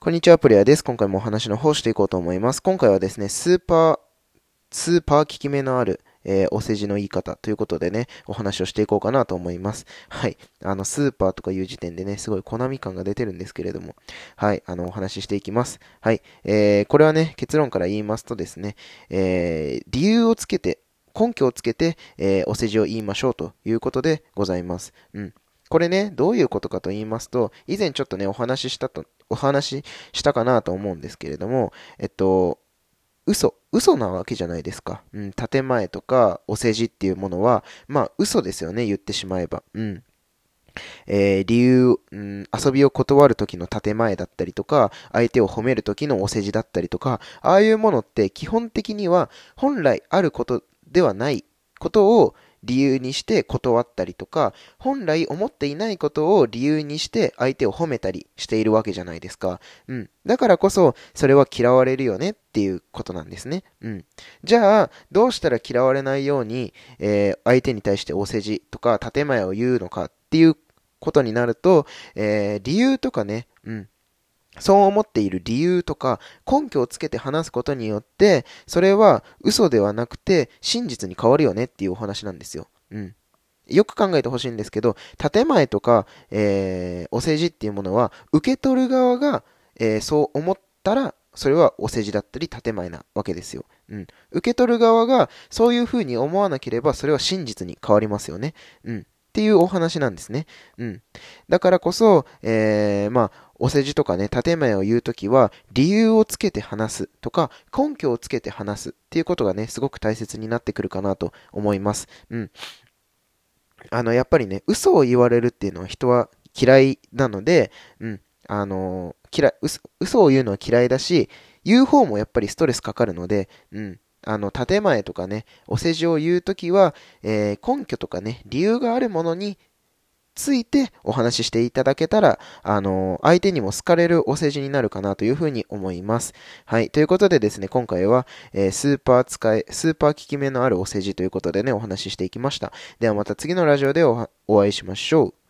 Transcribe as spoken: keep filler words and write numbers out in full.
こんにちは、プレイヤーです。今回もお話の方していこうと思います。今回はですね、スーパー、スーパー効き目のある、えーお世辞の言い方ということでね、お話をしていこうかなと思います。はい。あの、スーパーとかいう時点でね、すごい好み感が出てるんですけれども、はい。あの、お話ししていきます。はい。えー、これはね、結論から言いますとですね、えー、理由をつけて、根拠をつけて、えーお世辞を言いましょうということでございます。うん。これね、どういうことかと言いますと、以前ちょっとね、お話ししたと、お話ししたかなと思うんですけれども、えっと、嘘、嘘なわけじゃないですか。うん、建前とかお世辞っていうものは、まあ嘘ですよね、言ってしまえば。うん。えー理由、うん、遊びを断る時の建前だったりとか、相手を褒める時のお世辞だったりとか、ああいうものって基本的には本来あることではないことを理由にして断ったりとか、本来思っていないことを理由にして相手を褒めたりしているわけじゃないですか。うん。だからこそ、それは嫌われるよねっていうことなんですね。うん。じゃあ、どうしたら嫌われないように、えー相手に対してお世辞とか建前を言うのかっていうことになると、えー理由とかね、うん。そう思っている理由とか根拠をつけて話すことによって、それは嘘ではなくて真実に変わるよねっていうお話なんですよ。うん。よく考えてほしいんですけど、建前とか、えーお世辞っていうものは、受け取る側が、えーそう思ったら、それはお世辞だったり建前なわけですよ。うん。受け取る側がそういうふうに思わなければ、それは真実に変わりますよね。うん。っていうお話なんですね。うん。だからこそ、えー、まあ、お世辞とかね、建前を言うときは、理由をつけて話すとか、根拠をつけて話すっていうことがね、すごく大切になってくるかなと思います。うん。あの、やっぱりね、嘘を言われるっていうのは人は嫌いなので、うん。あの、嫌い、嘘、嘘を言うのは嫌いだし、言う方もやっぱりストレスかかるので、うん。あの、建前とかね、お世辞を言うときは、えー根拠とかね、理由があるものについてお話ししていただけたら、あの、相手にも好かれるお世辞になるかなというふうに思います。はい。ということでですね、今回は、えースーパー使い、スーパー効き目のあるお世辞ということでね、お話ししていきました。ではまた次のラジオでおはお会いしましょう。